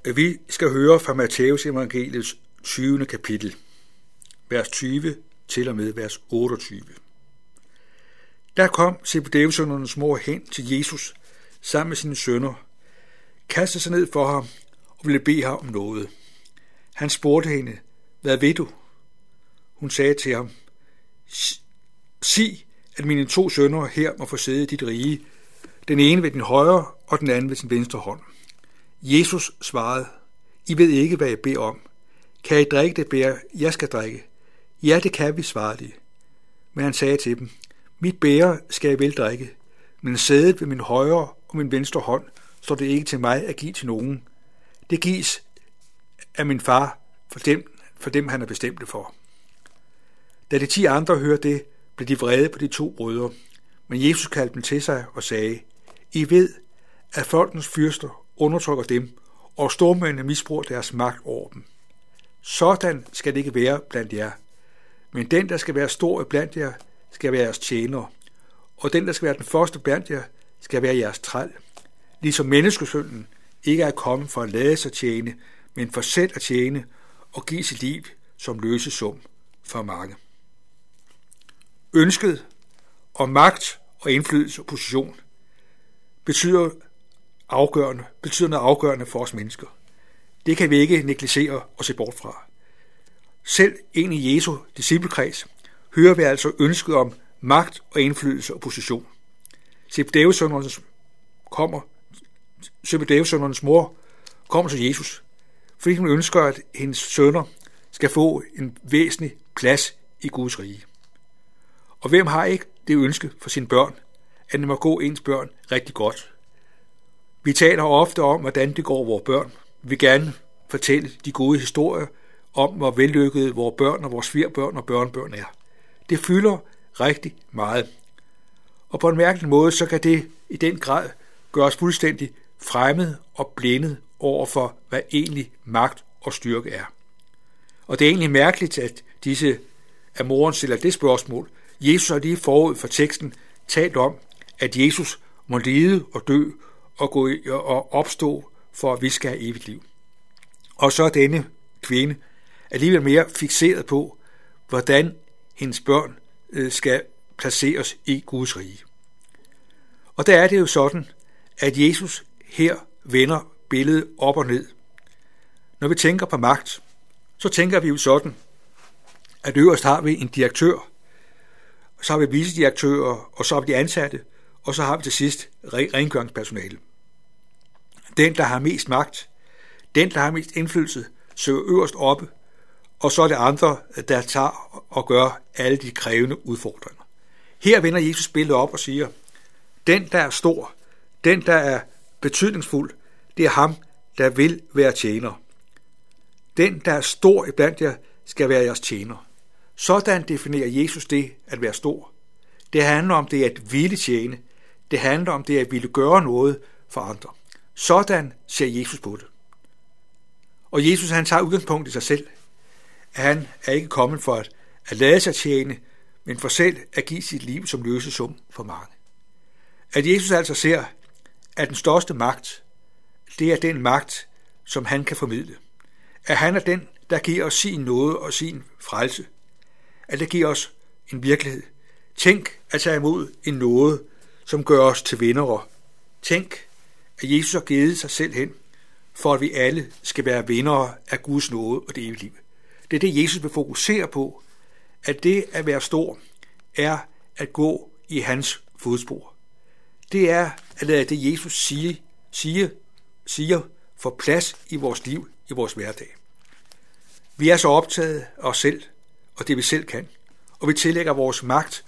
Vi skal høre fra Matthæus evangeliets 20. kapitel, vers 20 til og med vers 28. Der kom Zebedeus-sønnernes mor hen til Jesus sammen med sine sønner, kastede sig ned for ham og ville bede ham om noget. Han spurgte hende, hvad ved du? Hun sagde til ham, sig, at mine 2 sønner her må få sidde i dit rige, den ene ved din højre og den anden ved sin venstre hånd. Jesus svarede, I ved ikke, hvad jeg beder om. Kan I drikke det bæger, jeg skal drikke? Ja, det kan vi, svarede de. Men han sagde til dem, mit bæger skal jeg vel drikke, men sædet ved min højre og min venstre hånd står det ikke til mig at give til nogen. Det gives af min far for dem han er bestemt det for. Da de 10 andre hørte det, blev de vrede på de 2 brødre, men Jesus kaldte dem til sig og sagde, I ved, at folkens fyrster undertrykker dem, og stormændene misbruger deres magt over dem. Sådan skal det ikke være blandt jer. Men den, der skal være stor blandt jer, skal være jeres tjener, og den, der skal være den første blandt jer, skal være jeres træl. Ligesom menneskesønnen ikke er kommet for at lade sig tjene, men for selv at tjene og give sit liv som løsesum for mange. Ønsket om magt og indflydelse og position betyder noget afgørende for os mennesker. Det kan vi ikke negligere og se bort fra. Selv ind i Jesu disciplekreds hører vi altså ønsket om magt og indflydelse og position. Zebedeus-sønnernes mor kommer til Jesus, fordi hun ønsker, at hendes sønner skal få en væsentlig plads i Guds rige. Og hvem har ikke det ønske for sine børn, at det må gå ens børn rigtig godt? Vi taler ofte om, hvordan det går vores børn. Vi vil gerne fortælle de gode historier om, hvor vellykkede vores børn og vores svigerbørn og børnebørn er. Det fylder rigtig meget. Og på en mærkelig måde, så kan det i den grad gøre os fuldstændig fremmed og blindet over for, hvad egentlig magt og styrke er. Og det er egentlig mærkeligt, at moren stiller det spørgsmål. Jesus har lige forud for teksten talt om, at Jesus må lide og dø og opstå, for at vi skal have evigt liv. Og så er denne kvinde alligevel mere fikseret på, hvordan hendes børn skal placeres i Guds rige. Og der er det jo sådan, at Jesus her vender billedet op og ned. Når vi tænker på magt, så tænker vi jo sådan, at øverst har vi en direktør, så har vi vicedirektører, og så har vi de ansatte, og så har vi til sidst rengøringspersonale. Den, der har mest magt, den, der har mest indflydelse, søger øverst oppe, og så er det andre, der tager og gør alle de krævende udfordringer. Her vender Jesus billedet op og siger, den, der er stor, den, der er betydningsfuld, det er ham, der vil være tjener. Den, der er stor iblandt jer, skal være jeres tjener. Sådan definerer Jesus det at være stor. Det handler om det at ville tjene. Det handler om det at ville gøre noget for andre. Sådan ser Jesus på det. Og Jesus, han tager udgangspunkt i sig selv. Han er ikke kommet for at lade sig tjene, men for selv at give sit liv som løsesum for mange. At Jesus altså ser, at den største magt, det er den magt, som han kan formidle. At han er den, der giver os sin nåde og sin frelse. At det giver os en virkelighed. Tænk at tage imod en nåde, som gør os til vindere. Tænk, at Jesus har givet sig selv hen, for at vi alle skal være vindere af Guds nåde og det evige liv. Det er det, Jesus vil fokusere på, at det at være stor er at gå i hans fodspor. Det er at lade det, Jesus siger få plads i vores liv, i vores hverdag. Vi er så optaget af os selv, og det vi selv kan, og vi tillægger vores magt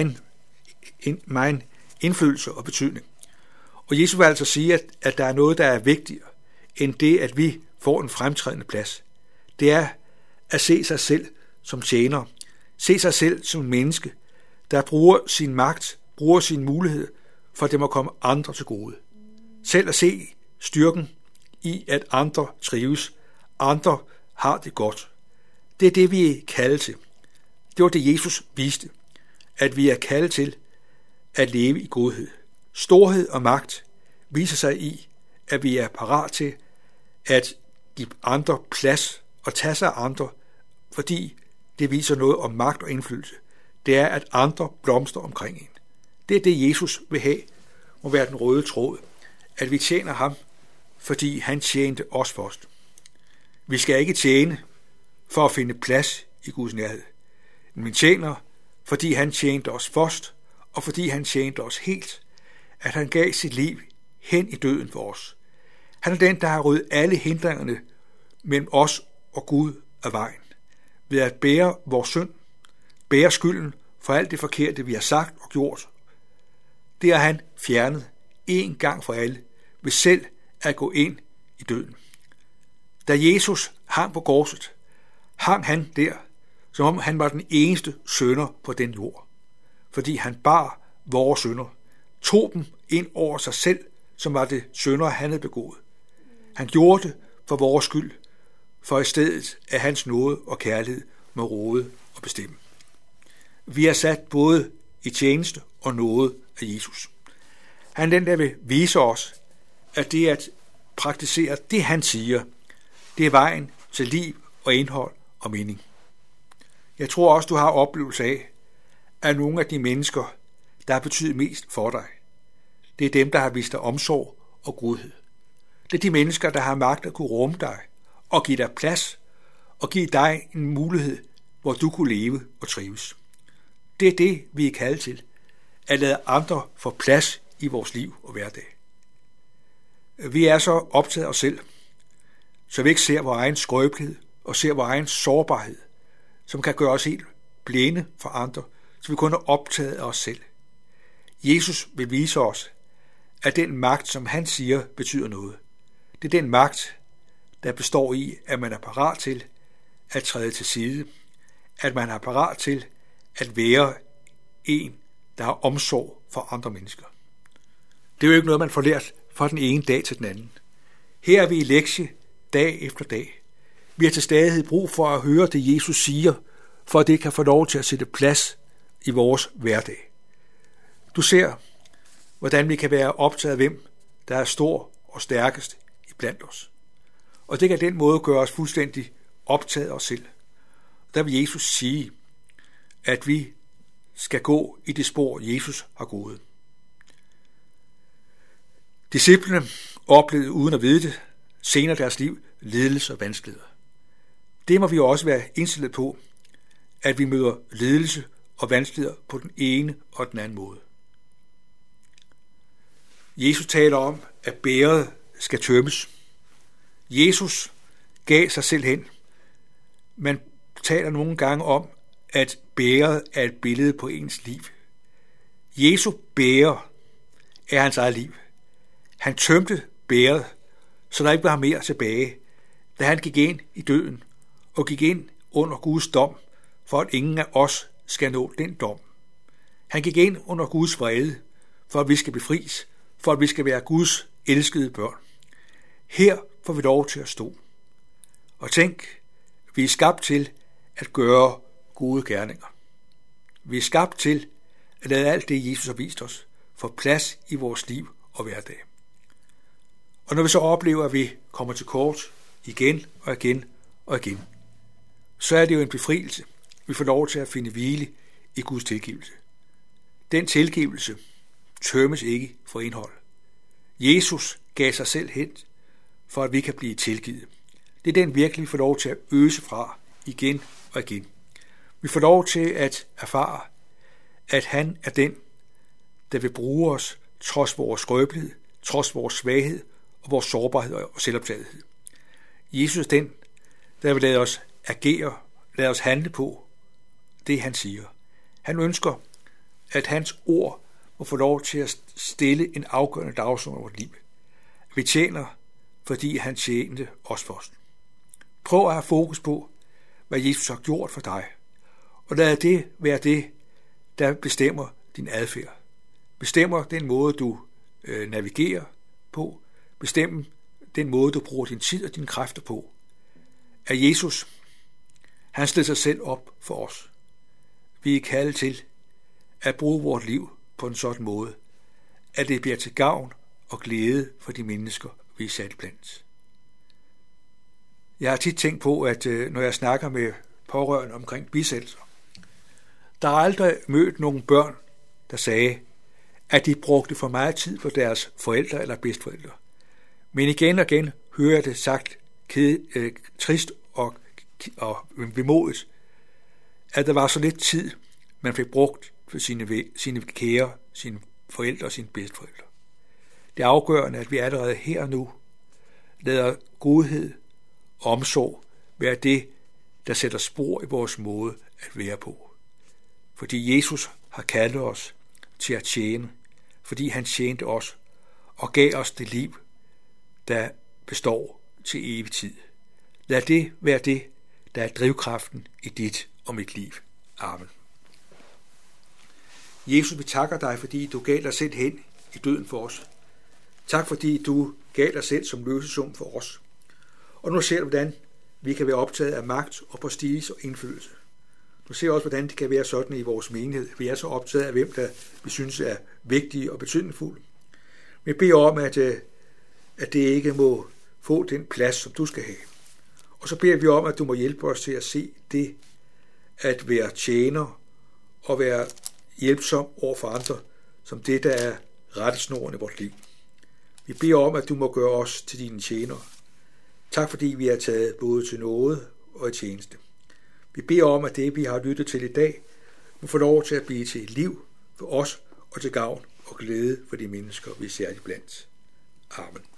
megen indflydelse og betydning. Og Jesus vil altså sige, at der er noget, der er vigtigere, end det, at vi får en fremtrædende plads. Det er at se sig selv som tjener, se sig selv som menneske, der bruger sin magt, bruger sin mulighed, for at det må komme andre til gode. Selv at se styrken i, at andre trives, andre har det godt. Det er det, vi er kaldet til. Det var det, Jesus viste, at vi er kaldet til at leve i godhed. Storhed og magt viser sig i, at vi er parat til at give andre plads og tage sig af andre, fordi det viser noget om magt og indflydelse. Det er, at andre blomster omkring en. Det er det, Jesus vil have, må være den røde tråd. At vi tjener ham, fordi han tjente os først. Vi skal ikke tjene for at finde plads i Guds nærhed. Men vi tjener, fordi han tjente os først, og fordi han tjente os helt, at han gav sit liv hen i døden for os. Han er den, der har ryddet alle hindringerne mellem os og Gud af vejen, ved at bære vores synd, bære skylden for alt det forkerte, vi har sagt og gjort. Det har han fjernet en gang for alle, ved selv at gå ind i døden. Da Jesus hang på korset, hang han der, som om han var den eneste synder på den jord, fordi han bar vores synder, tog dem ind over sig selv, som var det synder, han havde begået. Han gjorde det for vores skyld, for i stedet af hans nåde og kærlighed må råde og bestemme. Vi er sat både i tjeneste og nåde af Jesus. Han er den, der vil vise os, at det at praktisere det, han siger, det er vejen til liv og indhold og mening. Jeg tror også, du har oplevelse af, at nogle af de mennesker, der har betydet mest for dig, det er dem, der har vist dig omsorg og godhed. Det er de mennesker, der har magt at kunne rumme dig og give dig plads og give dig en mulighed, hvor du kunne leve og trives. Det er det, vi er kaldet til, at lade andre få plads i vores liv og hverdag. Vi er så optaget af os selv, så vi ikke ser vores egen skrøbelighed og ser vores egen sårbarhed, som kan gøre os helt blinde for andre, så vi kun er optaget af os selv. Jesus vil vise os, at den magt, som han siger, betyder noget. Det er den magt, der består i, at man er parat til at træde til side, at man er parat til at være en, der har omsorg for andre mennesker. Det er jo ikke noget, man får lært fra den ene dag til den anden. Her er vi i lektie dag efter dag. Vi har til stadighed brug for at høre det, Jesus siger, for at det kan få lov til at sætte plads i vores hverdag. Du ser, hvordan vi kan være optaget af hvem, der er stor og stærkest iblandt os. Og det kan den måde gøre os fuldstændig optaget af os selv. Der vil Jesus sige, at vi skal gå i det spor, Jesus har gået. Disciplene oplevede uden at vide det senere deres liv lidelse og vanskeligheder. Det må vi også være indstillet på, at vi møder lidelse og vanskeligheder på den ene og den anden måde. Jesus taler om, at bægeret skal tømmes. Jesus gav sig selv hen. Man taler nogle gange om, at bægeret er et billede på ens liv. Jesu bæger er hans eget liv. Han tømte bægeret, så der ikke var mere tilbage, da han gik ind i døden og gik ind under Guds dom, for at ingen af os skal nå den dom. Han gik ind under Guds vrede, for at vi skal befries, for at vi skal være Guds elskede børn. Her får vi lov til at stå. Og tænk, vi er skabt til at gøre gode gerninger. Vi er skabt til at lade alt det, Jesus har vist os, få plads i vores liv og hverdag. Og når vi så oplever, at vi kommer til kort igen og igen og igen, så er det jo en befrielse. Vi får lov til at finde hvile i Guds tilgivelse. Den tilgivelse tømmes ikke for indhold. Jesus gav sig selv hen, for at vi kan blive tilgivet. Det er den virkelig, vi får lov til at øse fra igen og igen. Vi får lov til at erfare, at han er den, der vil bruge os trods vores skrøbelighed, trods vores svaghed og vores sårbarhed og selvoptagethed. Jesus er den, der vil lade os agere, lade os handle på det, han siger. Han ønsker, at hans ord må få lov til at stille en afgørende dagsorden over vores liv. Vi tjener, fordi han tjente os først. Prøv at have fokus på, hvad Jesus har gjort for dig, og lad det være det, der bestemmer din adfærd. Bestemmer den måde, du navigerer på. Bestemmer den måde, du bruger din tid og dine kræfter på. At Jesus, han stiller sig selv op for os. Vi er kaldet til at bruge vores liv på en sådan måde, at det bliver til gavn og glæde for de mennesker, vi er sat blandt. Jeg har tit tænkt på, at når jeg snakker med pårørende omkring bisættelser, der har aldrig mødt nogle børn, der sagde, at de brugte for meget tid på deres forældre eller bedsteforældre. Men igen og igen hører jeg det sagt trist og vemodigt, at der var så lidt tid, man fik brugt for sine kære, sine forældre og sine bedsteforældre. Det er afgørende, at vi allerede her og nu lader godhed og omsorg være det, der sætter spor i vores måde at være på. Fordi Jesus har kaldet os til at tjene, fordi han tjente os og gav os det liv, der består til evig tid. Lad det være det, der er drivkraften i dit og mit liv. Amen. Jesus, vi takker dig, fordi du gav dig selv hen i døden for os. Tak, fordi du gav dig selv som løsesum for os. Og nu ser du, hvordan vi kan være optaget af magt og prestige og indflydelse. Du ser også, hvordan det kan være sådan i vores menighed. Vi er så optaget af, hvem der vi synes er vigtige og betydningsfulde. Vi beder om, at det ikke må få den plads, som du skal have. Og så beder vi om, at du må hjælpe os til at se det, at være tjener og være hjælpsom over for andre, som det, der er rettesnoren i vores liv. Vi beder om, at du må gøre os til dine tjenere. Tak fordi vi er taget både til nåde og i tjeneste. Vi beder om, at det, vi har lyttet til i dag, må få lov til at blive til et liv for os og til gavn og glæde for de mennesker, vi ser iblandt. Amen.